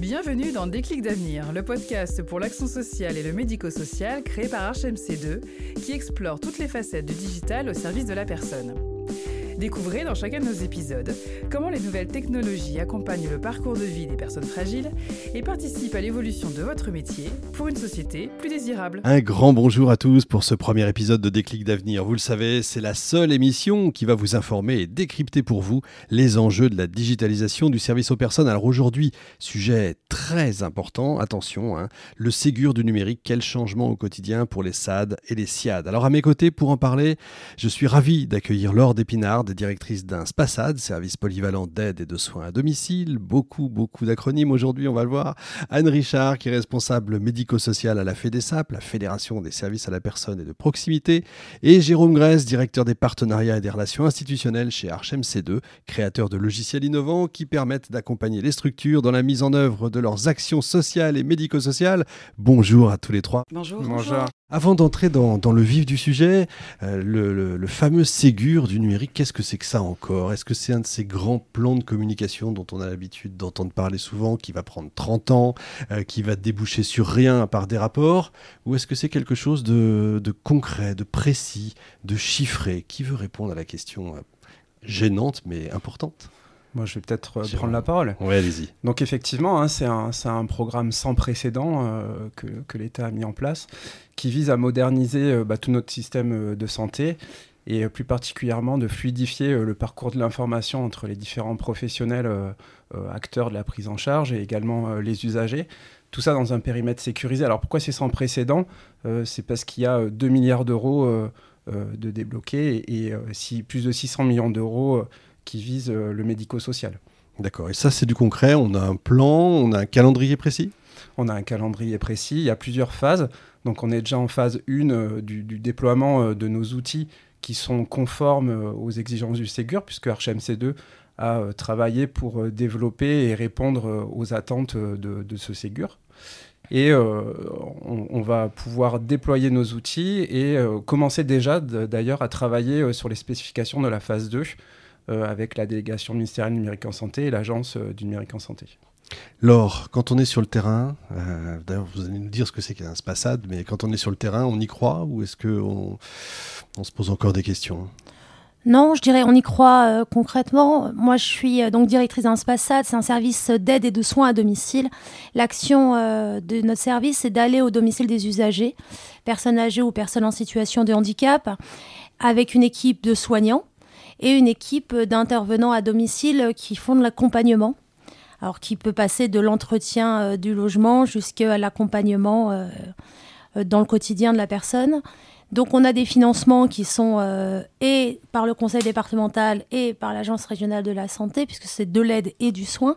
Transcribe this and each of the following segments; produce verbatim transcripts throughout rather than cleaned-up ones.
Bienvenue dans Déclic d'avenir, le podcast pour l'action sociale et le médico-social créé par H M C deux qui explore toutes les facettes du digital au service de la personne. Découvrez dans chacun de nos épisodes comment les nouvelles technologies accompagnent le parcours de vie des personnes fragiles et participent à l'évolution de votre métier pour une société plus désirable. Un grand bonjour à tous pour ce premier épisode de Déclic d'avenir. Vous le savez, c'est la seule émission qui va vous informer et décrypter pour vous les enjeux de la digitalisation du service aux personnes. Alors aujourd'hui, sujet très important, attention, hein, le Ségur du numérique, quel changement au quotidien pour les S A D et les S I A D. Alors à mes côtés, pour en parler, je suis ravi d'accueillir Laure Despinardes, directrice d'un SPASAD, service polyvalent d'aide et de soins à domicile. Beaucoup, beaucoup d'acronymes aujourd'hui, on va le voir. Anne Richard, qui est responsable médico-social à la FEDESAP, la Fédération des services à la personne et de proximité. Et Jérôme Grèce, directeur des partenariats et des relations institutionnelles chez H M C deux, créateur de logiciels innovants qui permettent d'accompagner les structures dans la mise en œuvre de leurs actions sociales et médico-sociales. Bonjour à tous les trois. Bonjour. Bonjour. Avant d'entrer dans, dans le vif du sujet, euh, le, le, le fameux Ségur du numérique, qu'est-ce que c'est que ça encore ? Est-ce que c'est un de ces grands plans de communication dont on a l'habitude d'entendre parler souvent, qui va prendre trente ans, euh, qui va déboucher sur rien à part des rapports ? Ou est-ce que c'est quelque chose de, de concret, de précis, de chiffré ? Qui veut répondre à la question euh, gênante mais importante ? Moi, je vais peut-être euh, prendre la parole. Oui, allez-y. Donc, effectivement, hein, c'est, un, c'est un programme sans précédent euh, que, que l'État a mis en place, qui vise à moderniser euh, bah, tout notre système euh, de santé et euh, plus particulièrement de fluidifier euh, le parcours de l'information entre les différents professionnels euh, euh, acteurs de la prise en charge et également euh, les usagers. Tout ça dans un périmètre sécurisé. Alors, pourquoi c'est sans précédent ? euh, C'est parce qu'il y a euh, deux milliards d'euros euh, euh, de débloqués et, et euh, si, plus de six cents millions d'euros euh, qui vise euh, le médico-social. D'accord, et ça c'est du concret, on a un plan, on a un calendrier précis ? On a un calendrier précis, il y a plusieurs phases. Donc on est déjà en phase un euh, du, du déploiement euh, de nos outils qui sont conformes euh, aux exigences du Ségur, puisque H M C deux a euh, travaillé pour euh, développer et répondre euh, aux attentes euh, de, de ce Ségur. Et euh, on, on va pouvoir déployer nos outils et euh, commencer déjà d- d'ailleurs à travailler euh, sur les spécifications de la phase deux, Euh, avec la délégation ministérielle numérique en santé et l'agence euh, du numérique en santé. Laure, quand on est sur le terrain, euh, d'ailleurs vous allez nous dire ce que c'est qu'un SPASAD, mais quand on est sur le terrain, on y croit ou est-ce qu'on on se pose encore des questions ? Non, je dirais on y croit euh, concrètement. Moi, je suis euh, donc directrice d'un SPASAD, c'est un service d'aide et de soins à domicile. L'action euh, de notre service, c'est d'aller au domicile des usagers, personnes âgées ou personnes en situation de handicap, avec une équipe de soignants et une équipe d'intervenants à domicile qui font de l'accompagnement, alors qui peut passer de l'entretien euh, du logement jusqu'à l'accompagnement euh, euh, dans le quotidien de la personne. Donc on a des financements qui sont euh, et par le conseil départemental et par l'agence régionale de la santé, puisque c'est de l'aide et du soin.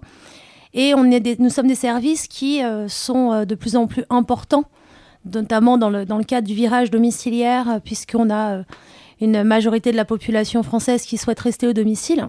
Et on est des, nous sommes des services qui euh, sont euh, de plus en plus importants, notamment dans le, dans le cadre du virage domiciliaire, euh, puisqu'on a... Euh, une majorité de la population française qui souhaite rester au domicile.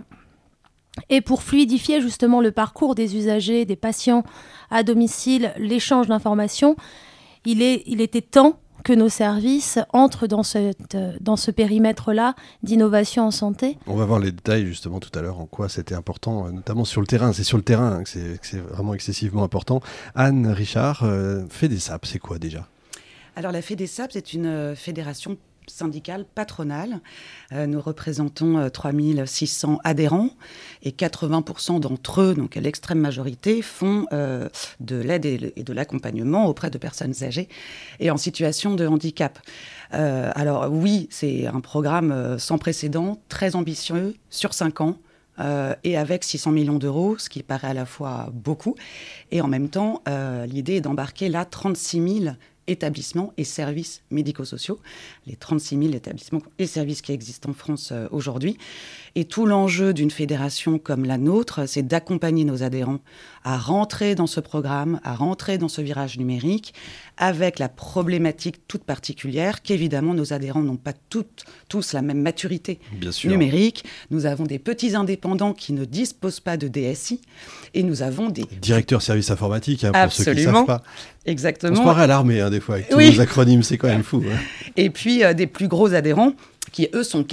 Et pour fluidifier justement le parcours des usagers, des patients à domicile, l'échange d'informations, il, est, il était temps que nos services entrent dans, cette, dans ce périmètre-là d'innovation en santé. On va voir les détails justement tout à l'heure, en quoi c'était important, notamment sur le terrain. C'est sur le terrain hein, que, c'est, que c'est vraiment excessivement important. Anne Richard, euh, FEDESAP, c'est quoi déjà ? Alors la FEDESAP, c'est une euh, fédération syndicale patronale. Euh, nous représentons euh, trois mille six cents adhérents et quatre-vingts pour cent d'entre eux, donc l'extrême majorité, font euh, de l'aide et, et de l'accompagnement auprès de personnes âgées et en situation de handicap. Euh, alors oui, c'est un programme euh, sans précédent, très ambitieux, sur cinq ans, euh, et avec six cents millions d'euros, ce qui paraît à la fois beaucoup. Et en même temps, euh, l'idée est d'embarquer là trente-six mille établissements et services médico-sociaux, les trente-six mille établissements et services qui existent en France euh, aujourd'hui. Et tout l'enjeu d'une fédération comme la nôtre, c'est d'accompagner nos adhérents à rentrer dans ce programme, à rentrer dans ce virage numérique, avec la problématique toute particulière qu'évidemment nos adhérents n'ont pas toutes, tous la même maturité numérique. Nous avons des petits indépendants qui ne disposent pas de D S I et nous avons des... Directeur service informatique, hein, pour Absolument. ceux qui ne savent pas. Exactement. On se croirait à l'armée hein, des fois, avec tous oui. nos acronymes, c'est quand même fou. Hein. Et puis euh, des plus gros adhérents qui, eux, sont capés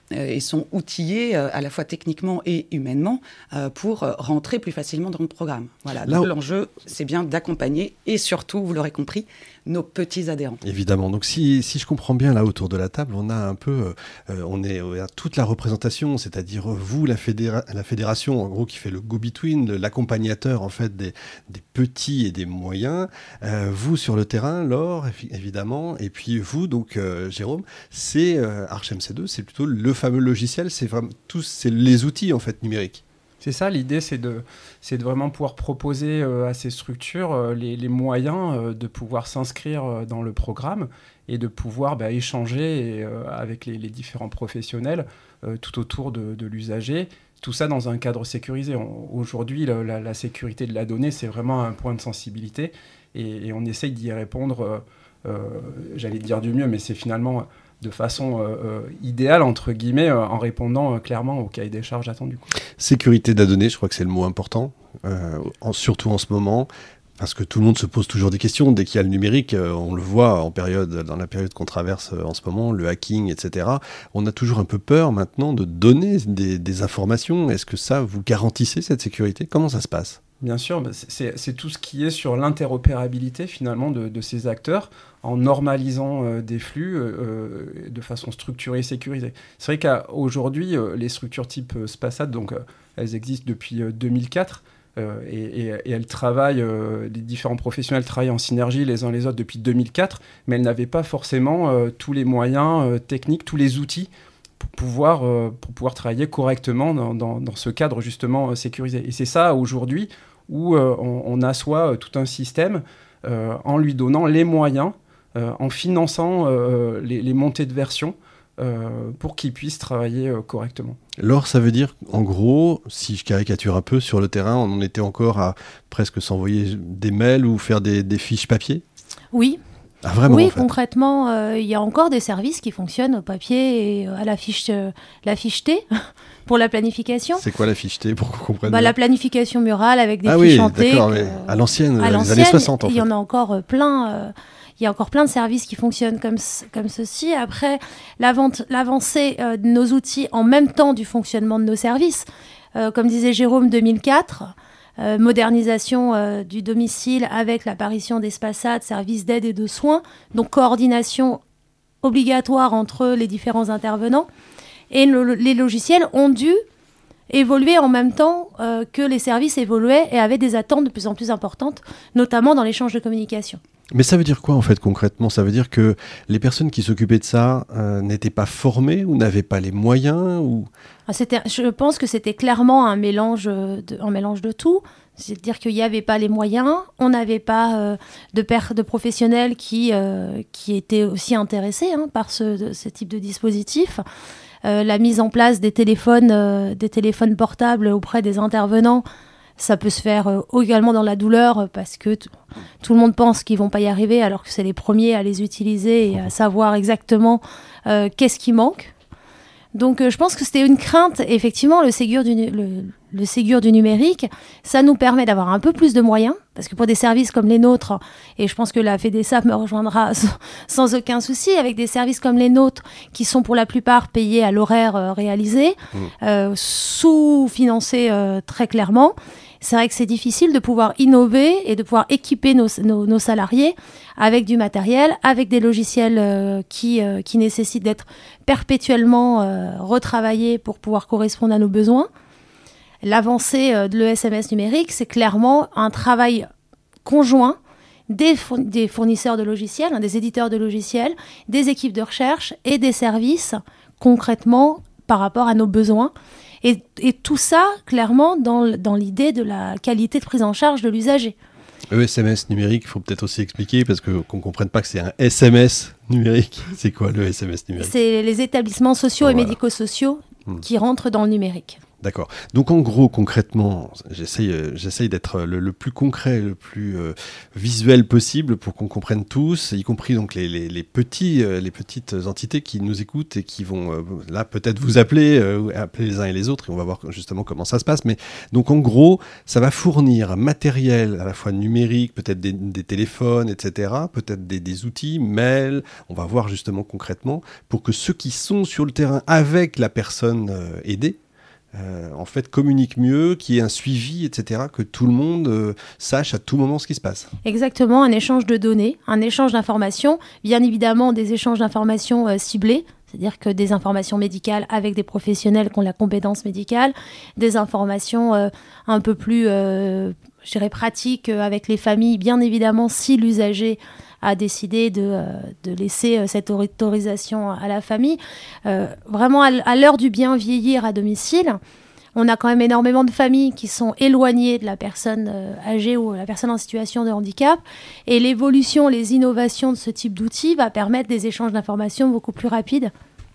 euh, et sont outillés euh, à la fois techniquement et humainement euh, pour euh, rentrer plus facilement dans le programme. Voilà. Là, Donc, on... l'enjeu, c'est bien d'accompagner et surtout, vous l'aurez compris, nos petits adhérents. Évidemment. Donc, si, si je comprends bien, là, autour de la table, on a un peu, euh, on est euh, toute la représentation, c'est-à-dire vous, la, fédéra- la fédération, en gros, qui fait le go-between, le, l'accompagnateur, en fait, des, des petits et des moyens. Euh, vous, sur le terrain, Laure, évidemment. Et puis, vous, donc, euh, Jérôme, c'est euh, Arch M C deux, c'est plutôt le fameux logiciel, c'est vraiment tous, c'est les outils, en fait, numériques. C'est ça, l'idée, c'est de, c'est de vraiment pouvoir proposer euh, à ces structures euh, les, les moyens euh, de pouvoir s'inscrire euh, dans le programme et de pouvoir bah, échanger et, euh, avec les, les différents professionnels euh, tout autour de, de l'usager. Tout ça dans un cadre sécurisé. On, aujourd'hui, la, la, la sécurité de la donnée, c'est vraiment un point de sensibilité et, et on essaye d'y répondre, euh, euh, j'allais dire du mieux, mais c'est finalement... de façon euh, euh, idéale, entre guillemets, euh, en répondant euh, clairement au cahier des charges attendu. Quoi. Sécurité de la donnée, je crois que c'est le mot important, euh, en, surtout en ce moment, parce que tout le monde se pose toujours des questions. Dès qu'il y a le numérique, euh, on le voit en période, dans la période qu'on traverse euh, en ce moment, le hacking, et cetera. On a toujours un peu peur maintenant de donner des, des informations. Est-ce que ça, vous garantissez cette sécurité ? Comment ça se passe ? Bien sûr, c'est, c'est tout ce qui est sur l'interopérabilité finalement de, de ces acteurs en normalisant euh, des flux euh, de façon structurée et sécurisée. C'est vrai qu'aujourd'hui, euh, les structures type euh, Spasat, donc, euh, elles existent depuis euh, deux mille quatre euh, et, et, et elles travaillent, euh, les différents professionnels travaillent en synergie les uns les autres depuis deux mille quatre, mais elles n'avaient pas forcément euh, tous les moyens euh, techniques, tous les outils pour pouvoir, euh, pour pouvoir travailler correctement dans, dans, dans ce cadre justement euh, sécurisé. Et c'est ça aujourd'hui où euh, on, on assoit euh, tout un système euh, en lui donnant les moyens, euh, en finançant euh, les, les montées de version euh, pour qu'il puisse travailler euh, correctement. Laure, ça veut dire, en gros, si je caricature un peu, sur le terrain, on en était encore à presque s'envoyer des mails ou faire des, des fiches papier ? Oui. Ah, vraiment, oui, en fait. concrètement, il euh, y a encore des services qui fonctionnent au papier et à la fiche, euh, la fiche T pour la planification. C'est quoi la fiche T pour qu'on comprenne bah, bien ? La planification murale avec des ah fiches oui, en T. d'accord, que, mais à l'ancienne, à les l'ancienne, années soixante en fait. Il y en a encore euh, plein. Euh, il y a encore plein de services qui fonctionnent comme, comme ceci. Après, l'avancée euh, de nos outils en même temps du fonctionnement de nos services. Euh, comme disait Jérôme, deux mille quatre... Euh, modernisation euh, du domicile avec l'apparition des Spasat, services d'aide et de soins, donc coordination obligatoire entre les différents intervenants. Et le, les logiciels ont dû évoluer en même temps euh, que les services évoluaient et avaient des attentes de plus en plus importantes, notamment dans l'échange de communication. Mais ça veut dire quoi en fait concrètement ? Ça veut dire que les personnes qui s'occupaient de ça euh, n'étaient pas formées ou n'avaient pas les moyens ou... ah, c'était, je pense que c'était clairement un mélange de, un mélange de tout. C'est-à-dire qu'il n'y avait pas les moyens, on n'avait pas euh, de, per- de professionnels qui, euh, qui étaient aussi intéressés hein, par ce, de, ce type de dispositif. Euh, la mise en place des téléphones, euh, des téléphones portables auprès des intervenants, ça peut se faire euh, également dans la douleur parce que t- tout le monde pense qu'ils ne vont pas y arriver alors que c'est les premiers à les utiliser et à savoir exactement euh, qu'est-ce qui manque. Donc euh, je pense que c'était une crainte. Effectivement, le Ségur du, nu- le, le Ségur du numérique, ça nous permet d'avoir un peu plus de moyens parce que pour des services comme les nôtres, et je pense que la FEDESAP me rejoindra sans, sans aucun souci, avec des services comme les nôtres qui sont pour la plupart payés à l'horaire euh, réalisé, mmh. euh, sous-financés euh, très clairement, c'est vrai que c'est difficile de pouvoir innover et de pouvoir équiper nos, nos, nos salariés avec du matériel, avec des logiciels euh, qui, euh, qui nécessitent d'être perpétuellement euh, retravaillés pour pouvoir correspondre à nos besoins. L'avancée euh, de l'E S M S numérique, c'est clairement un travail conjoint des, fourn- des fournisseurs de logiciels, hein, des éditeurs de logiciels, des équipes de recherche et des services concrètement par rapport à nos besoins. Et, et tout ça, clairement, dans, dans l'idée de la qualité de prise en charge de l'usager. E S M S numérique, il faut peut-être aussi expliquer, parce que, qu'on ne comprenne pas que c'est un S M S numérique. C'est quoi le S M S numérique ? C'est les établissements sociaux oh, et voilà. médico-sociaux hmm. qui rentrent dans le numérique. D'accord. Donc en gros, concrètement, j'essaye, euh, j'essaye d'être le, le plus concret, le plus euh, visuel possible pour qu'on comprenne tous, y compris donc les, les, les, petits, euh, les petites entités qui nous écoutent et qui vont euh, là peut-être vous appeler, euh, appeler les uns et les autres, et on va voir justement comment ça se passe. Mais donc en gros, ça va fournir un matériel à la fois numérique, peut-être des, des téléphones, et cetera, peut-être des, des outils, mails, on va voir justement concrètement, pour que ceux qui sont sur le terrain avec la personne euh, aidée, Euh, en fait, communique mieux, qu'il y ait un suivi, et cetera, que tout le monde euh, sache à tout moment ce qui se passe. Exactement, un échange de données, un échange d'informations, bien évidemment des échanges d'informations euh, ciblés, c'est-à-dire que des informations médicales avec des professionnels qui ont la compétence médicale, des informations euh, un peu plus, euh, je dirais, pratiques euh, avec les familles, bien évidemment, si l'usager a décidé de, euh, de laisser euh, cette autorisation à la famille. Euh, vraiment, à, à l'heure du bien vieillir à domicile, on a quand même énormément de familles qui sont éloignées de la personne euh, âgée ou la personne en situation de handicap. Et l'évolution, les innovations de ce type d'outils va permettre des échanges d'informations beaucoup plus rapides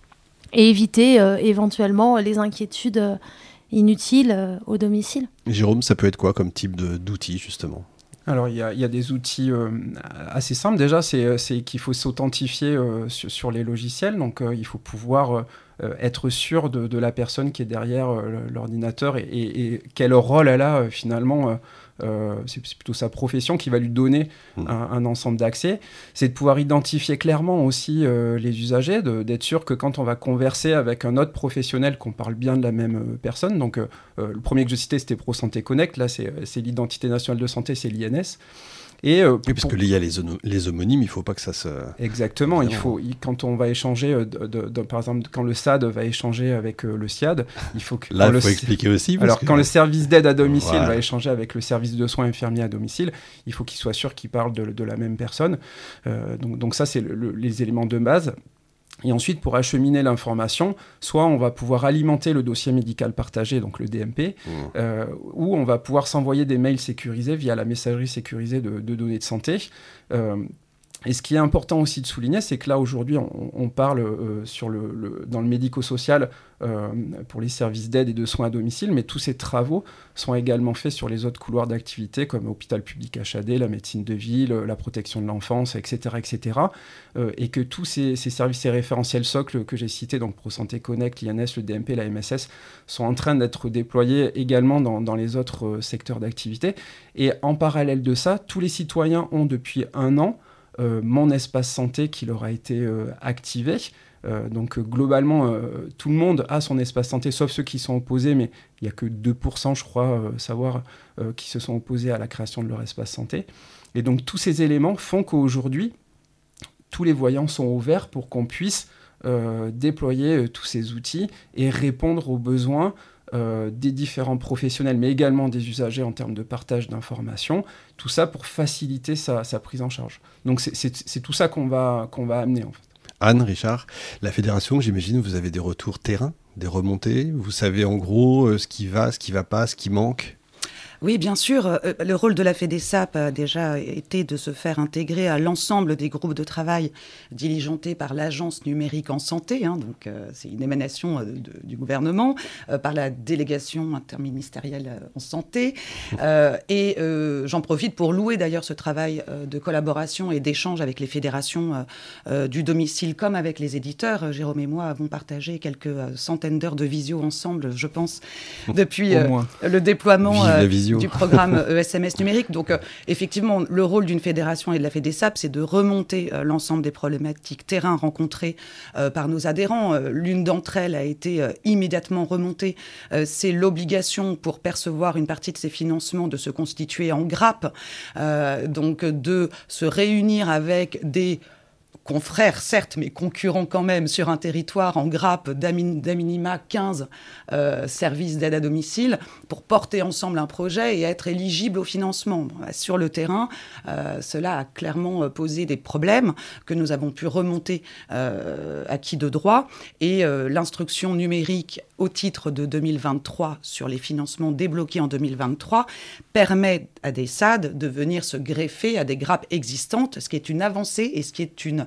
et éviter euh, éventuellement les inquiétudes euh, inutiles euh, au domicile. Jérôme, ça peut être quoi comme type de, d'outils, justement ? Alors, il y, y a des outils euh, assez simples. Déjà, c'est, c'est qu'il faut s'authentifier euh, sur, sur les logiciels. Donc, euh, il faut pouvoir euh, être sûr de, de la personne qui est derrière euh, l'ordinateur et, et, et quel rôle elle a euh, finalement. Euh, euh, c'est, c'est plutôt sa profession qui va lui donner mmh. un, un ensemble d'accès. C'est de pouvoir identifier clairement aussi euh, les usagers, de, d'être sûr que quand on va converser avec un autre professionnel, qu'on parle bien de la même euh, personne. Donc, euh, euh, le premier que je citais, c'était ProSanté Connect. Là, c'est, c'est l'identité nationale de santé, c'est l'I N S. Et, euh, oui, parce pour... que là, il y a les, ono- les homonymes, il ne faut pas que ça se... Exactement, il faut, il, quand on va échanger, euh, de, de, de, par exemple, quand le S A D va échanger avec euh, le S I A D, il faut que... Là, il faut le... expliquer aussi. Parce Alors, que... quand le service d'aide à domicile voilà. va échanger avec le service de soins infirmiers à domicile, il faut qu'il soit sûr qu'il parle de, de la même personne. Euh, donc, donc ça, c'est le, le, les éléments de base. Et ensuite, pour acheminer l'information, soit on va pouvoir alimenter le dossier médical partagé, donc le D M P, mmh. euh, ou on va pouvoir s'envoyer des mails sécurisés via la messagerie sécurisée de, de données de santé. Euh, Et ce qui est important aussi de souligner, c'est que là, aujourd'hui, on, on parle euh, sur le, le, dans le médico-social euh, pour les services d'aide et de soins à domicile, mais tous ces travaux sont également faits sur les autres couloirs d'activité, comme l'hôpital public H A D, la médecine de ville, la protection de l'enfance, et cetera, et cetera. Euh, et que tous ces, ces services, ces référentiels socles que j'ai cités, donc ProSanté Connect, l'I N S, le D M P, la M S S, sont en train d'être déployés également dans, dans les autres euh, secteurs d'activité. Et en parallèle de ça, tous les citoyens ont depuis un an Euh, mon espace santé qui leur a été euh, activé. Euh, donc euh, globalement, euh, tout le monde a son espace santé, sauf ceux qui sont opposés, mais il n'y a que deux pour cent, je crois, euh, savoir, euh, qui se sont opposés à la création de leur espace santé. Et donc tous ces éléments font qu'aujourd'hui, tous les voyants sont ouverts pour qu'on puisse euh, déployer euh, tous ces outils et répondre aux besoins Euh, des différents professionnels, mais également des usagers en termes de partage d'informations, tout ça pour faciliter sa, sa prise en charge. Donc c'est, c'est, c'est tout ça qu'on va, qu'on va amener en fait. Anne, Richard, la fédération, j'imagine, vous avez des retours terrain, des remontées, vous savez en gros euh, ce qui va, ce qui ne va pas, ce qui manque. Oui, bien sûr. Euh, le rôle de la FEDESAP a déjà été de se faire intégrer à l'ensemble des groupes de travail diligentés par l'Agence numérique en santé. Hein, donc, euh, c'est une émanation euh, de, du gouvernement, euh, par la délégation interministérielle euh, en santé. Euh, et euh, j'en profite pour louer d'ailleurs ce travail euh, de collaboration et d'échange avec les fédérations euh, euh, du domicile comme avec les éditeurs. Jérôme et moi avons partagé quelques euh, centaines d'heures de visio ensemble, je pense, depuis euh, le déploiement euh, du programme E S M S numérique. Donc, euh, effectivement, le rôle d'une fédération et de la FEDESAP, c'est de remonter euh, l'ensemble des problématiques terrain rencontrées euh, par nos adhérents. Euh, l'une d'entre elles a été euh, immédiatement remontée. Euh, c'est l'obligation pour percevoir une partie de ces financements de se constituer en grappe, euh, donc de se réunir avec des confrères, certes, mais concurrents quand même, sur un territoire en grappe d'à minima quinze euh, services d'aide à domicile pour porter ensemble un projet et être éligible au financement. Bon, sur le terrain, euh, cela a clairement posé des problèmes que nous avons pu remonter euh, acquis de droit. Et euh, l'instruction numérique au titre de deux mille vingt-trois sur les financements débloqués en deux mille vingt-trois permet à des S A D de venir se greffer à des grappes existantes, ce qui est une avancée et ce qui est une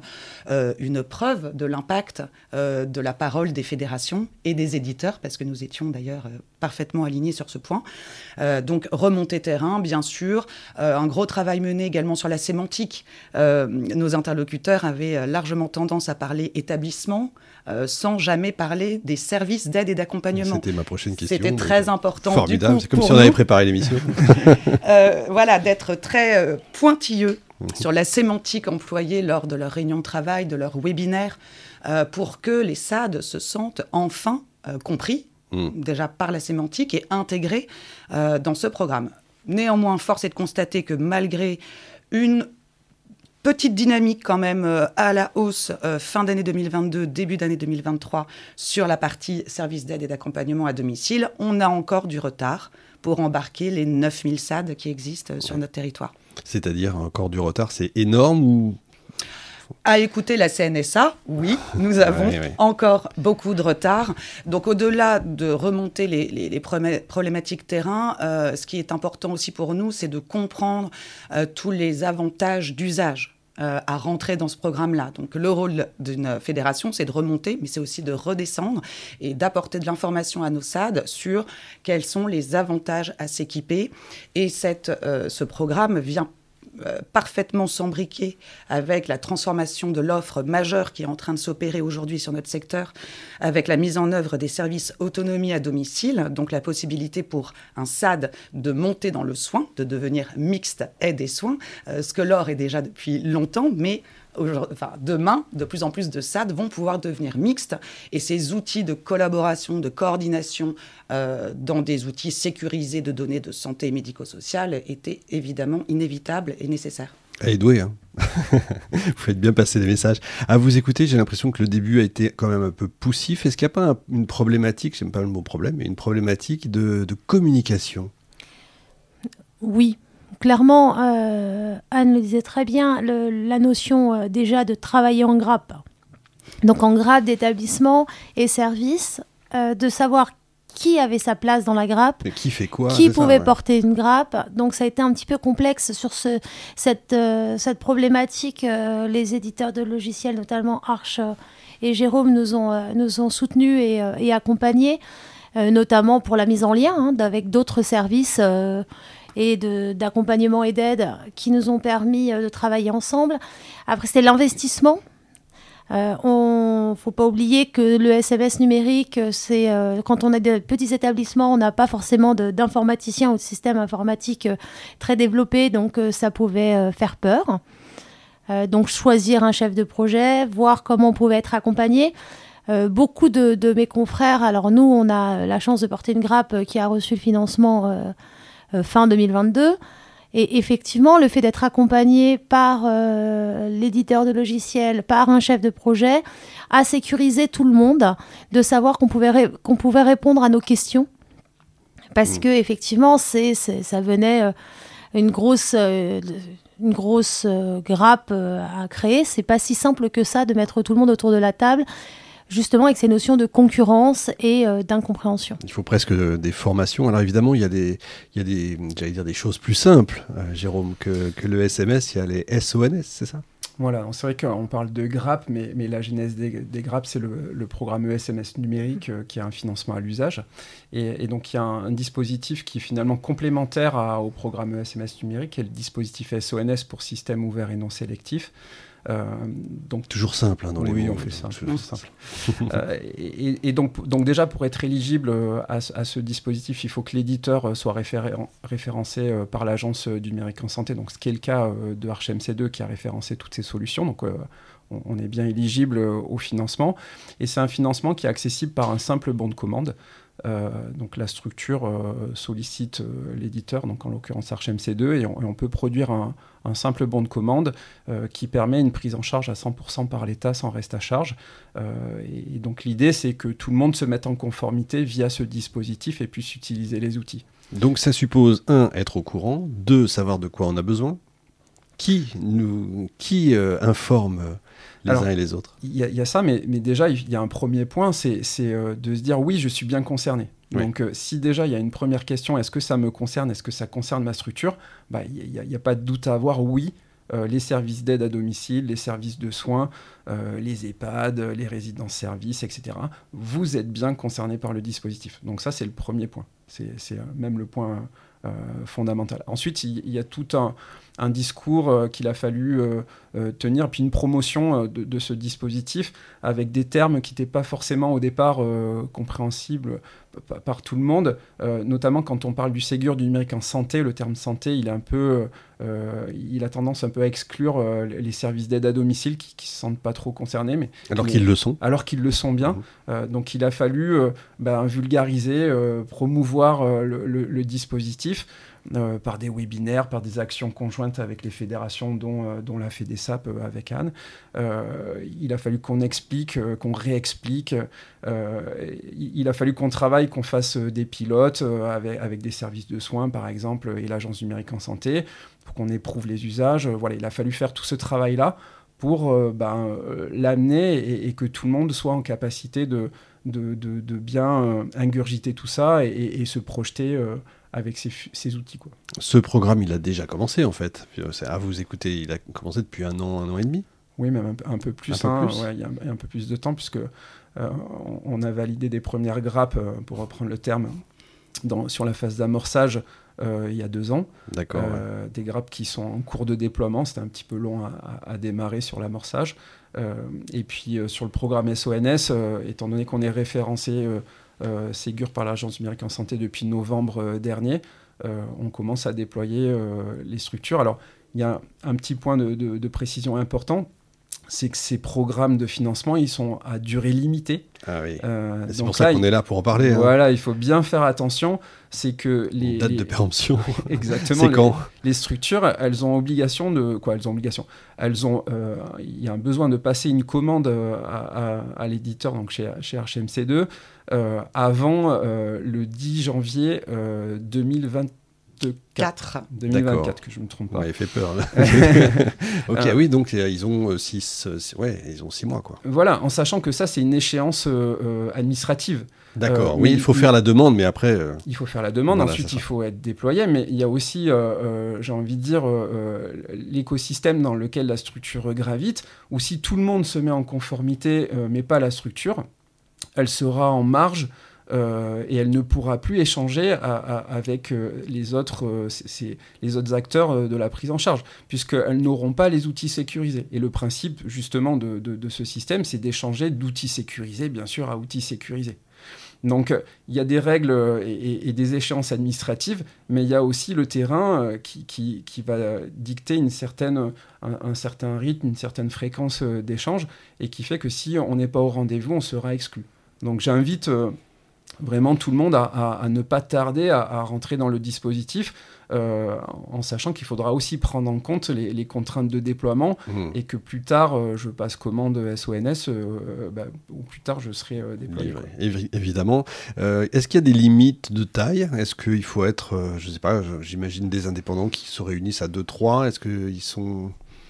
euh, une preuve de l'impact euh, de la parole des fédérations et des éditeurs, parce que nous étions d'ailleurs euh, parfaitement alignés sur ce point. Euh, donc, remontée terrain, bien sûr. Euh, un gros travail mené également sur la sémantique. Euh, nos interlocuteurs avaient largement tendance à parler établissement, euh, sans jamais parler des services d'aide et d'accompagnement. C'était ma prochaine question. C'était très important. Formidable, du coup, c'est comme pour si on avait nous, préparé l'émission. euh, voilà, d'être très euh, pointilleux mmh. sur la sémantique employée lors de leur réunion de travail, de leur webinaire, euh, pour que les S A D se sentent enfin euh, compris, mmh. déjà par la sémantique, et intégrés euh, dans ce programme. Néanmoins, force est de constater que malgré une petite dynamique quand même euh, à la hausse euh, fin d'année deux mille vingt-deux, début d'année deux mille vingt-trois sur la partie services d'aide et d'accompagnement à domicile, on a encore du retard pour embarquer les neuf mille S A D qui existent euh, sur ouais. notre territoire. C'est-à-dire encore du retard, c'est énorme ou... À écouter la C N S A, oui, nous avons ouais, ouais. encore beaucoup de retard. Donc, au-delà de remonter les, les, les problématiques terrain, euh, ce qui est important aussi pour nous, c'est de comprendre euh, tous les avantages d'usage euh, à rentrer dans ce programme-là. Donc, le rôle d'une fédération, c'est de remonter, mais c'est aussi de redescendre et d'apporter de l'information à nos S A D sur quels sont les avantages à s'équiper. Et cette, euh, ce programme vient Euh, parfaitement s'embriquer avec la transformation de l'offre majeure qui est en train de s'opérer aujourd'hui sur notre secteur, avec la mise en œuvre des services autonomie à domicile, donc la possibilité pour un S A D de monter dans le soin, de devenir mixte aide et soins, euh, ce que l'or est déjà depuis longtemps, mais Enfin, demain, de plus en plus de S A D vont pouvoir devenir mixtes et ces outils de collaboration, de coordination euh, dans des outils sécurisés de données de santé médico-sociale étaient évidemment inévitables et nécessaires. Elle est douée, hein. Vous faites bien passer des messages. À vous écouter, j'ai l'impression que le début a été quand même un peu poussif. Est-ce qu'il n'y a pas un, une problématique, j'aime pas le mot problème, mais une problématique de, de communication ? Oui. Clairement, euh, Anne le disait très bien, le, la notion euh, déjà de travailler en grappe, donc en grappe d'établissement et service, euh, de savoir qui avait sa place dans la grappe, mais qui fait quoi, qui pouvait ça, ouais. porter une grappe. Donc ça a été un petit peu complexe sur ce, cette, euh, cette problématique. Euh, les éditeurs de logiciels, notamment Arch euh, et Jérôme, nous ont, euh, nous ont soutenus et, euh, et accompagnés, euh, notamment pour la mise en lien hein, avec d'autres services euh, et de, d'accompagnement et d'aide qui nous ont permis euh, de travailler ensemble. Après, c'est l'investissement. Il euh, ne faut pas oublier que le S M S numérique, c'est, euh, quand on a des petits établissements, on n'a pas forcément de, d'informaticiens ou de systèmes informatiques euh, très développés, donc euh, ça pouvait euh, faire peur. Euh, donc choisir un chef de projet, voir comment on pouvait être accompagné. Euh, beaucoup de, de mes confrères, alors nous, on a la chance de porter une grappe qui a reçu le financement euh, Euh, fin deux mille vingt-deux. Et effectivement, le fait d'être accompagné par euh, l'éditeur de logiciels, par un chef de projet, a sécurisé tout le monde, de savoir qu'on pouvait, ré- qu'on pouvait répondre à nos questions. Parce mmh. que effectivement, c'est, c'est, ça venait euh, une grosse, euh, une grosse euh, grappe euh, à créer. C'est pas si simple que ça de mettre tout le monde autour de la table, justement avec ces notions de concurrence et euh, d'incompréhension. Il faut presque des formations. Alors évidemment, il y a des, il y a des, j'allais dire des choses plus simples, euh, Jérôme, que, que le S M S. Il y a les S O N S, c'est ça ? Voilà, c'est vrai qu'on parle de grappe, mais, mais la genèse des, des grappes, c'est le, le programme E S M S numérique euh, qui a un financement à l'usage. Et, et donc, il y a un, un dispositif qui est finalement complémentaire à, au programme E S M S numérique, qui est le dispositif S O N S pour système ouvert et non sélectif. Euh, donc, toujours simple hein, dans oui, les mots. Oui, on fait ça. Toujours simple. euh, et, et donc, donc déjà, pour être éligible à, à ce dispositif, il faut que l'éditeur soit référé- référencé par l'Agence du numérique en santé, donc ce qui est le cas de Arch M C deux qui a référencé toutes ces solutions. Donc, euh, on, on est bien éligible au financement. Et c'est un financement qui est accessible par un simple bon de commande. Euh, donc la structure euh, sollicite euh, l'éditeur, donc en l'occurrence Arch M C deux, et on, et on peut produire un, un simple bon de commande euh, qui permet une prise en charge à cent pour cent par l'État sans reste à charge. Euh, et, et donc l'idée, c'est que tout le monde se mette en conformité via ce dispositif et puisse utiliser les outils. Donc ça suppose, un, être au courant, deux, savoir de quoi on a besoin, qui, nous, qui euh, informe les Alors, uns et les autres. Il y, y a ça, mais, mais déjà, il y a un premier point, c'est, c'est euh, de se dire, oui, je suis bien concerné. Oui. Donc, euh, si déjà, il y a une première question, est-ce que ça me concerne, est-ce que ça concerne ma structure ? Bah, il n'y a, a pas de doute à avoir, oui, euh, les services d'aide à domicile, les services de soins, euh, les EHPAD, les résidences-services, et cetera. Vous êtes bien concernés par le dispositif. Donc ça, c'est le premier point. C'est, c'est même le point euh, fondamental. Ensuite, il, il y a tout un, un discours euh, qu'il a fallu euh, euh, tenir, puis une promotion euh, de, de ce dispositif avec des termes qui n'étaient pas forcément au départ euh, compréhensibles par, par tout le monde, euh, notamment quand on parle du Ségur du numérique en santé. Le terme santé, il est un peu, euh, il a tendance un peu à exclure euh, les services d'aide à domicile qui ne se sentent pas trop concernés. Mais, alors mais, qu'ils le sont. Alors qu'ils le sont bien. Mmh. Euh, donc il a fallu euh, ben, vulgariser, euh, promouvoir euh, le, le, le dispositif. Euh, par des webinaires, par des actions conjointes avec les fédérations, dont, euh, dont la FEDESAP euh, avec Anne. Euh, il a fallu qu'on explique, euh, qu'on réexplique. Euh, il a fallu qu'on travaille, qu'on fasse euh, des pilotes euh, avec, avec des services de soins, par exemple, et l'Agence du numérique en santé, pour qu'on éprouve les usages. Voilà, il a fallu faire tout ce travail-là pour euh, ben, euh, l'amener et, et que tout le monde soit en capacité de, de, de, de bien euh, ingurgiter tout ça et, et, et se projeter euh, avec ces, ces outils, quoi. Ce programme, il a déjà commencé, en fait. C'est à vous écouter, il a commencé depuis un an, un an et demi. Oui, même un, un peu plus. Un hein, peu plus. Ouais, il y a un, un peu plus de temps, puisque euh, on, on a validé des premières grappes, euh, pour reprendre le terme, dans, sur la phase d'amorçage euh, il y a deux ans. D'accord. Euh, Ouais. Des grappes qui sont en cours de déploiement. C'était un petit peu long à, à, à démarrer sur l'amorçage. Euh, et puis, euh, sur le programme S O N S, euh, étant donné qu'on est référencé euh, euh, Ségur par l'Agence du numérique en santé depuis novembre euh, dernier, Euh, on commence à déployer euh, les structures. Alors, il y a un petit point de, de, de précision important, c'est que ces programmes de financement, ils sont à durée limitée. Ah oui. Euh, c'est donc pour ça là, qu'on il... est là pour en parler. Voilà, hein. il faut bien faire attention. C'est que les Date les... de péremption. Exactement. C'est les, quand les structures, elles ont obligation de quoi Elles ont obligation. Elles ont. Euh, il y a un besoin de passer une commande à, à, à l'éditeur, donc chez, chez H M C deux, euh, avant euh, le dix janvier euh, deux mille vingt-quatre. quatre. deux mille vingt-quatre, D'accord. que je ne me trompe pas. Ouais, il fait peur. Là. ok, Euh, oui, donc euh, ils ont euh, six, euh, six- ouais, ils ont six mois, quoi. Voilà, en sachant que ça, c'est une échéance euh, euh, administrative. D'accord. Euh, oui, mais il faut il- faire la demande, mais après. euh, Il faut faire la demande, Voilà, ensuite c'est il ça. faut être déployé, mais il y a aussi, euh, euh, j'ai envie de dire, euh, euh, l'écosystème dans lequel la structure gravite, où si tout le monde se met en conformité, euh, mais pas la structure, elle sera en marge euh, et elle ne pourra plus échanger à- à- avec euh, les, autres, euh, c'est- c'est les autres acteurs euh, de la prise en charge, puisqu'elles n'auront pas les outils sécurisés. Et le principe justement de, de- de ce système, c'est d'échanger d'outils sécurisés, bien sûr, à outils sécurisés. Donc, euh, il y a des règles euh, et, et- et des échéances administratives, mais il y a aussi le terrain euh, qui, qui- qui va dicter une certaine, un, un certain rythme, une certaine fréquence euh, d'échange, et qui fait que si on n'est pas au rendez-vous, on sera exclu. Donc, j'invite euh, vraiment tout le monde à, à- à ne pas tarder à, à rentrer dans le dispositif, euh, en sachant qu'il faudra aussi prendre en compte les, les contraintes de déploiement, hmm. et que plus tard, euh, je passe commande S O N S, euh, bah, ou plus tard, je serai euh, déployé. Livré, quoi. évi- évidemment. Euh, est-ce qu'il y a des limites de taille ? Est-ce qu'il faut être, euh, je sais pas, je- j'imagine des indépendants qui se réunissent à deux trois. Est-ce qu'ils sont...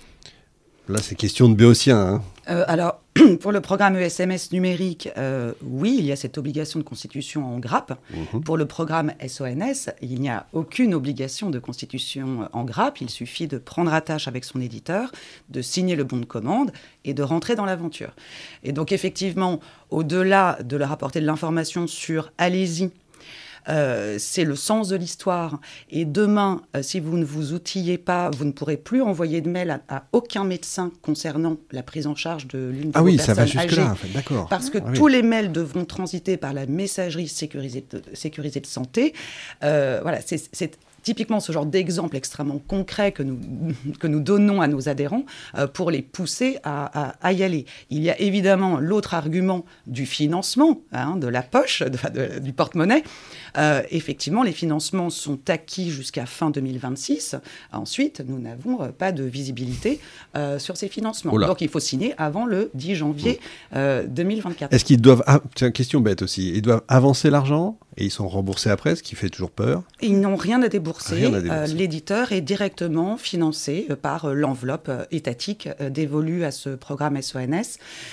Là, c'est question de béotien. Hein. Euh, alors, pour le programme E S M S numérique, euh, oui, il y a cette obligation de constitution en grappe. Mhm. Pour le programme S O N S, il n'y a aucune obligation de constitution en grappe. Il suffit de prendre attache avec son éditeur, de signer le bon de commande et de rentrer dans l'aventure. Et donc, effectivement, au-delà de leur apporter de l'information sur « allez-y », Euh, c'est le sens de l'histoire. Et demain, euh, si vous ne vous outillez pas, vous ne pourrez plus envoyer de mail à, à aucun médecin concernant la prise en charge de l'une de Ah vos oui, ça personnes va jusque-là, âgées. en fait, d'accord. Parce que Ah oui. tous les mails devront transiter par la messagerie sécurisée de, sécurisée de santé. Euh, voilà, c'est, c'est typiquement ce genre d'exemple extrêmement concret que nous, que nous donnons à nos adhérents euh, pour les pousser à, à, à y aller. Il y a évidemment l'autre argument du financement, hein, de la poche, de, de, du porte-monnaie. Euh, effectivement, les financements sont acquis jusqu'à fin deux mille vingt-six. Ensuite, nous n'avons euh, pas de visibilité euh, sur ces financements. Oula. Donc, il faut signer avant le dix janvier euh, deux mille vingt-quatre. Est-ce qu'ils doivent... Ah, tiens, question bête aussi. Ils doivent avancer l'argent et ils sont remboursés après, ce qui fait toujours peur. Ils n'ont rien à débourser. Rien à débourser. Euh, l'éditeur est directement financé euh, par euh, l'enveloppe euh, étatique euh, dévolue à ce programme S O N S.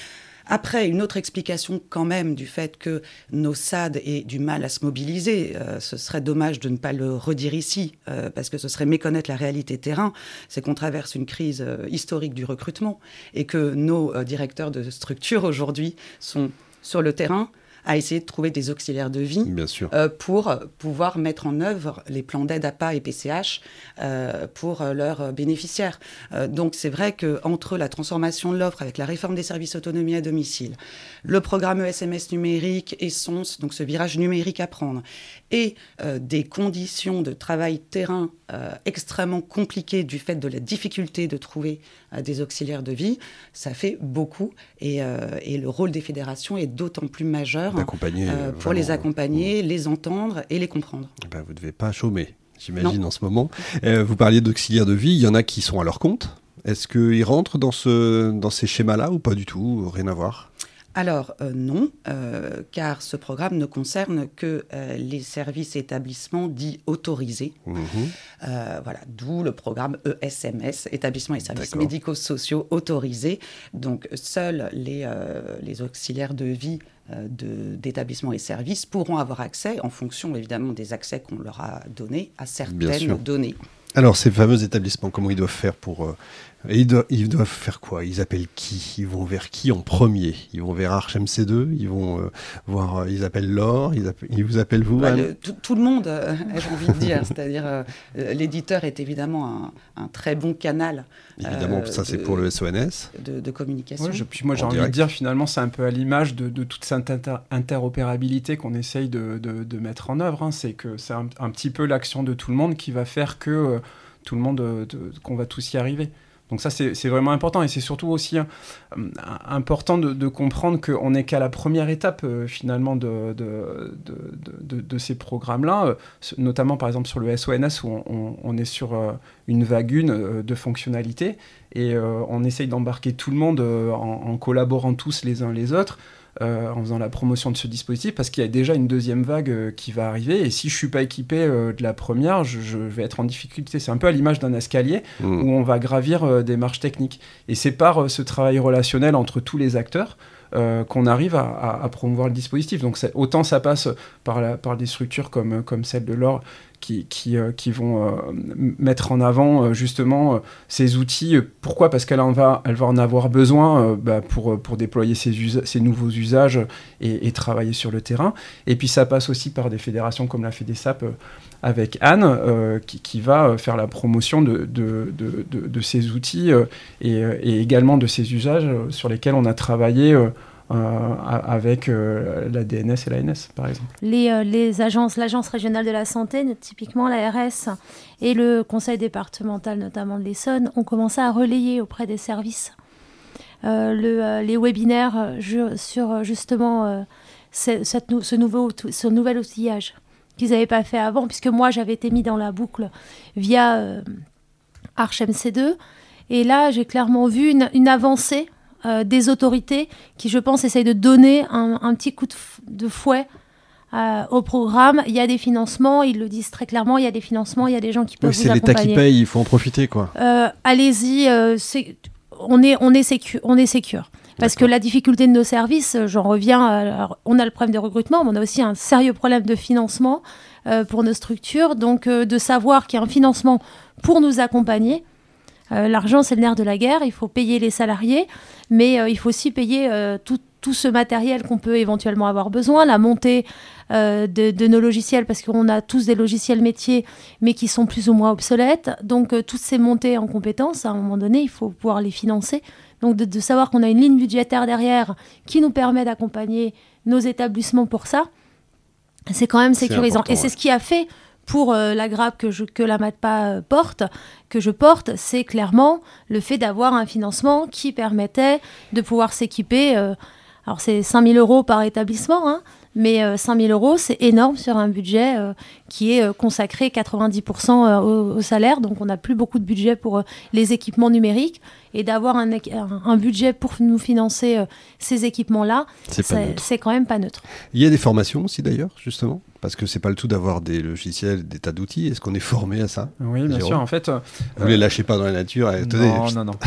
Après, une autre explication quand même du fait que nos S A D aient du mal à se mobiliser, euh, ce serait dommage de ne pas le redire ici, euh, parce que ce serait méconnaître la réalité terrain, c'est qu'on traverse une crise euh, historique du recrutement et que nos euh, directeurs de structure aujourd'hui sont sur le terrain à essayer de trouver des auxiliaires de vie Bien sûr. Euh, pour pouvoir mettre en œuvre les plans d'aide A P A et P C H euh, pour euh, leurs bénéficiaires. Euh, donc c'est vrai qu'entre la transformation de l'offre avec la réforme des services autonomie à domicile, le programme E S M S numérique et S O N S, donc ce virage numérique à prendre, et euh, des conditions de travail terrain euh, extrêmement compliquées du fait de la difficulté de trouver euh, des auxiliaires de vie, ça fait beaucoup et, euh, et le rôle des fédérations est d'autant plus majeur d'accompagner, euh, pour vraiment, les accompagner, mmh. les entendre et les comprendre. Ben, vous ne devez pas chômer, j'imagine, Non. en ce moment. Euh, vous parliez d'auxiliaires de vie, il y en a qui sont à leur compte. Est-ce qu'ils rentrent dans, ce, dans ces schémas-là ou pas du tout? Rien à voir? Alors euh, non, euh, car ce programme ne concerne que euh, les services et établissements dits autorisés. Mmh. Euh, voilà, d'où le programme E S M S, établissements et services D'accord. médico-sociaux autorisés. Donc seuls les, euh, les auxiliaires de vie euh, de, d'établissements et services pourront avoir accès, en fonction évidemment des accès qu'on leur a donnés, à Bien sûr. certaines données. Alors, ces fameux établissements, comment ils doivent faire pour... Euh, ils, doivent, ils doivent faire quoi? Ils appellent qui? Ils vont vers qui en premier? Ils vont vers Arch M C deux? Ils vont euh, voir... Euh, ils appellent Laure? Ils, appellent, ils vous appellent vous, Bah, Anne? le, tout, tout le monde, euh, j'ai envie de dire. C'est-à-dire, euh, l'éditeur est évidemment un, un très bon canal. Évidemment, euh, ça c'est de- pour le S O N S. De, de communication. Ouais, je- puis moi j'ai En envie direct. de dire finalement c'est un peu à l'image de, de toute cette inter- interopérabilité qu'on essaye de, de- de mettre en œuvre. hein. C'est que c'est un, un petit peu l'action de tout le monde qui va faire que euh, tout le monde, euh, de- qu'on va tous y arriver. Donc ça c'est c'est vraiment important et c'est surtout aussi euh, important de, de comprendre qu'on n'est qu'à la première étape euh, finalement de, de, de, de- de- de ces programmes-là, euh, notamment par exemple sur le S O N S où on, on- on est sur euh, une vague une euh, de fonctionnalités et euh, on essaye d'embarquer tout le monde euh, en, en collaborant tous les uns les autres. Euh, en faisant la promotion de ce dispositif parce qu'il y a déjà une deuxième vague euh, qui va arriver et si je suis pas équipé euh, de la première je, je vais être en difficulté. C'est un peu à l'image d'un escalier Mmh. où on va gravir euh, des marches techniques et c'est par euh, ce travail relationnel entre tous les acteurs euh, qu'on arrive à, à, à promouvoir le dispositif. Donc c'est, autant ça passe par, la, par des structures comme, comme celle de Laure qui, qui, euh, qui vont euh, mettre en avant euh, justement euh, ces outils. Pourquoi ? Parce qu'elle en va, elle va en avoir besoin euh, bah, pour, pour déployer ses, usa- ses nouveaux usages et, et travailler sur le terrain. Et puis ça passe aussi par des fédérations comme la FEDESAP euh, avec Anne, euh, qui, qui va faire la promotion de, de, de, de, de ces outils euh, et, et également de ces usages euh, sur lesquels on a travaillé euh, Euh, avec euh, la D N S et l'A N S, par exemple. Les, euh, les agences, l'Agence régionale de la santé, typiquement l'A R S, et le conseil départemental, notamment de l'Essonne, ont commencé à relayer auprès des services euh, le, euh, les webinaires euh, ju- sur euh, justement euh, ce, cette nou- ce, nouveau, ce nouvel outillage qu'ils n'avaient pas fait avant, puisque moi, j'avais été mis dans la boucle via euh, Arch M C deux. Et là, j'ai clairement vu une, une avancée Euh, des autorités qui, je pense, essayent de donner un, un petit coup de, f- de fouet euh, au programme. Il y a des financements, ils le disent très clairement, il y a des financements, il y a des gens qui peuvent Oui, vous c'est l'État accompagner. qui paye, il faut en profiter, quoi. Euh, allez-y, euh, c'est, on est, on est sécu- on est sécure. Parce que D'accord. la difficulté de nos services, euh, j'en reviens, à- alors, on a le problème de recrutement, mais on a aussi un sérieux problème de financement euh, pour nos structures. Donc, euh, de savoir qu'il y a un financement pour nous accompagner. Euh, l'argent, c'est le nerf de la guerre. Il faut payer les salariés, mais euh, il faut aussi payer euh, tout, tout ce matériel qu'on peut éventuellement avoir besoin, la montée euh, de, de nos logiciels, parce qu'on a tous des logiciels métiers, mais qui sont plus ou moins obsolètes. Donc, euh, toutes ces montées en compétences, à un moment donné, il faut pouvoir les financer. Donc, de, de savoir qu'on a une ligne budgétaire derrière qui nous permet d'accompagner nos établissements pour ça, c'est quand même C'est sécurisant. important, Et c'est ouais. ce qui a fait pour euh, la grappe que, je, que la MATPA euh, porte, que je porte, c'est clairement le fait d'avoir un financement qui permettait de pouvoir s'équiper. Euh, alors, c'est cinq mille euros par établissement, hein, mais euh, cinq mille euros, c'est énorme sur un budget euh, qui est euh, consacré quatre-vingt-dix pour cent euh, au, au salaire. Donc, on n'a plus beaucoup de budget pour euh, les équipements numériques. Et d'avoir un, équ- un, un budget pour nous financer euh, ces équipements-là, C'est pas c'est, neutre. c'est quand même pas neutre. Il y a des formations aussi, d'ailleurs, justement. Parce que c'est pas le tout d'avoir des logiciels, des tas d'outils. Est-ce qu'on est formé à ça? Oui, bien Jérôme sûr. En fait, euh, vous les lâchez pas dans la nature. Et... Tenez, non, je... non, non,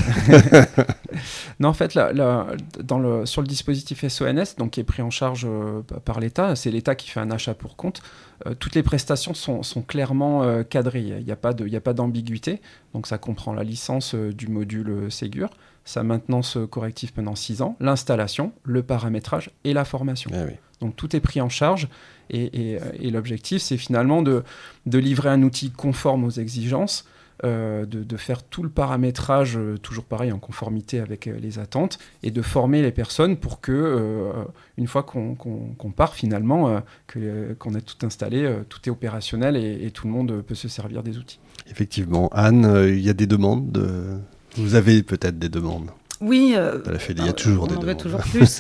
non. En fait, la, la, dans le, sur le dispositif S O N S, donc qui est pris en charge euh, par l'État, c'est l'État qui fait un achat pour compte. Euh, toutes les prestations sont, sont clairement euh, cadrées. Il n'y a pas de, il n'y a pas d'ambiguïté. Donc ça comprend la licence euh, du module euh, Ségur, sa maintenance euh, corrective pendant six ans, l'installation, le paramétrage et la formation. Ah oui. Donc tout est pris en charge et, et, et l'objectif, c'est finalement de, de livrer un outil conforme aux exigences, euh, de, de faire tout le paramétrage, euh, toujours pareil, en conformité avec euh, les attentes, et de former les personnes pour que, euh, une fois qu'on, qu'on, qu'on part finalement, euh, que, euh, qu'on a tout installé, euh, tout est opérationnel et, et tout le monde peut se servir des outils. Effectivement. Anne, il euh, y a des demandes de... Vous avez peut-être des demandes? Oui, euh, la Fédé, il y a toujours on des en demandes. veut toujours plus.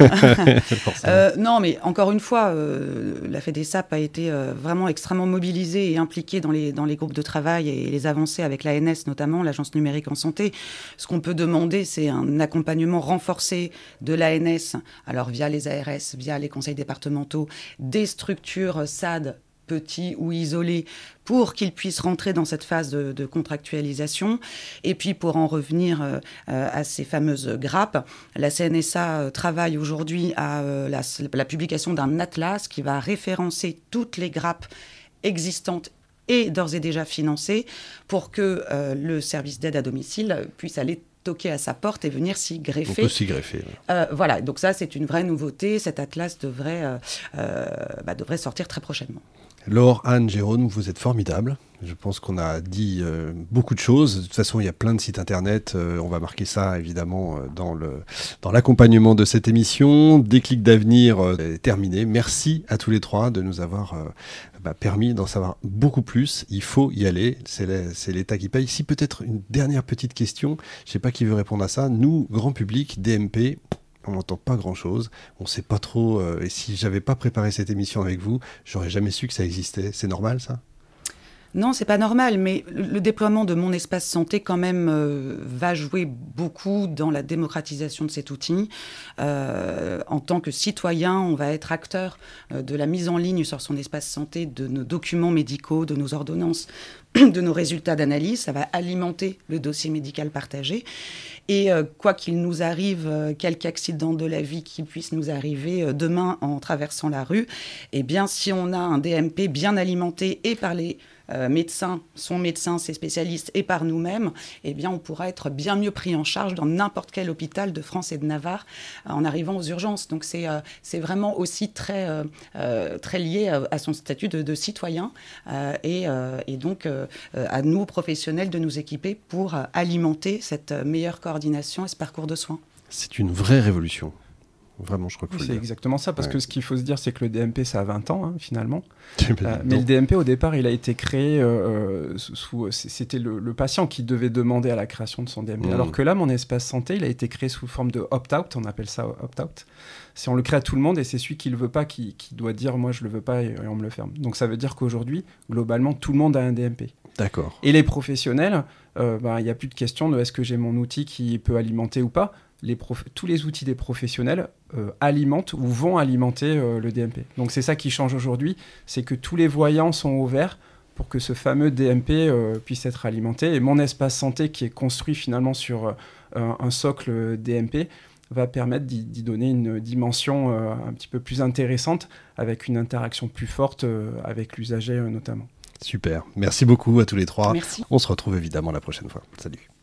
euh, non, mais encore une fois, euh, la FEDESAP a été euh, vraiment extrêmement mobilisée et impliquée dans les, dans les groupes de travail et les avancées avec l'A N S, notamment l'Agence numérique en santé. Ce qu'on peut demander, c'est un accompagnement renforcé de l'A N S, alors via les A R S, via les conseils départementaux, des structures S A D petits ou isolés, pour qu'ils puissent rentrer dans cette phase de, de contractualisation. Et puis, pour en revenir euh, à ces fameuses grappes, la C N S A euh, travaille aujourd'hui à euh, la, la publication d'un atlas qui va référencer toutes les grappes existantes et d'ores et déjà financées pour que euh, le service d'aide à domicile puisse aller toquer à sa porte et venir s'y greffer. On peut s'y greffer. Ouais. Euh, voilà, donc ça, c'est une vraie nouveauté. Cet atlas devrait, euh, euh, bah, devrait sortir très prochainement. Laure, Anne, Jérôme, vous êtes formidables. Je pense qu'on a dit euh, beaucoup de choses. De toute façon, il y a plein de sites internet. Euh, on va marquer ça, évidemment, euh, dans, le, dans l'accompagnement de cette émission. Déclic d'avenir euh, est terminé. Merci à tous les trois de nous avoir euh, bah, permis d'en savoir beaucoup plus. Il faut y aller. C'est, la, c'est l'État qui paye. Si peut-être une dernière petite question. Je ne sais pas qui veut répondre à ça. Nous, grand public, D M P... on n'entend pas grand-chose, on ne sait pas trop, euh, et si j'avais pas préparé cette émission avec vous, j'aurais jamais su que ça existait. C'est normal, ça ? Non, c'est pas normal, mais le, le déploiement de mon espace santé, quand même, euh, va jouer beaucoup dans la démocratisation de cet outil. Euh, en tant que citoyen, on va être acteur euh, de la mise en ligne sur son espace santé de nos documents médicaux, de nos ordonnances, de nos résultats d'analyse. Ça va alimenter le dossier médical partagé. Et euh, quoi qu'il nous arrive, euh, quelque accident de la vie qui puisse nous arriver euh, demain en traversant la rue, eh bien, si on a un D M P bien alimenté et par les euh, médecins, son médecin, ses spécialistes et par nous-mêmes, eh bien, on pourra être bien mieux pris en charge dans n'importe quel hôpital de France et de Navarre euh, en arrivant aux urgences. Donc, c'est, euh, c'est vraiment aussi très, euh, euh, très lié à, à son statut de, de citoyen euh, et, euh, et donc euh, à nous, professionnels, de nous équiper pour euh, alimenter cette meilleure coordination et ce parcours de soins. C'est une vraie révolution. Vraiment, je crois qu'il faut oui, le c'est dire. exactement ça, parce ouais. que ce qu'il faut se dire, c'est que le D M P, ça a vingt ans, hein, finalement. euh, mais le D M P, au départ, il a été créé euh, sous... sous c'était le, le patient qui devait demander à la création de son D M P. Mmh. Alors que là, mon espace santé, il a été créé sous forme de opt-out, on appelle ça opt-out. Si on le crée à tout le monde, et c'est celui qui le veut pas qui, qui doit dire « moi, je le veux pas » et on me le ferme. Donc ça veut dire qu'aujourd'hui, globalement, tout le monde a un D M P. D'accord. Et les professionnels, il euh, bah, n'y a plus de question de est-ce que j'ai mon outil qui peut alimenter ou pas. Les prof... Tous les outils des professionnels euh, alimentent ou vont alimenter euh, le D M P. Donc c'est ça qui change aujourd'hui, c'est que tous les voyants sont ouverts pour que ce fameux D M P euh, puisse être alimenté. Et mon espace santé, qui est construit finalement sur euh, un socle D M P, va permettre d'y, d'y donner une dimension euh, un petit peu plus intéressante, avec une interaction plus forte euh, avec l'usager euh, notamment. Super. Merci beaucoup à tous les trois. Merci. On se retrouve évidemment la prochaine fois. Salut.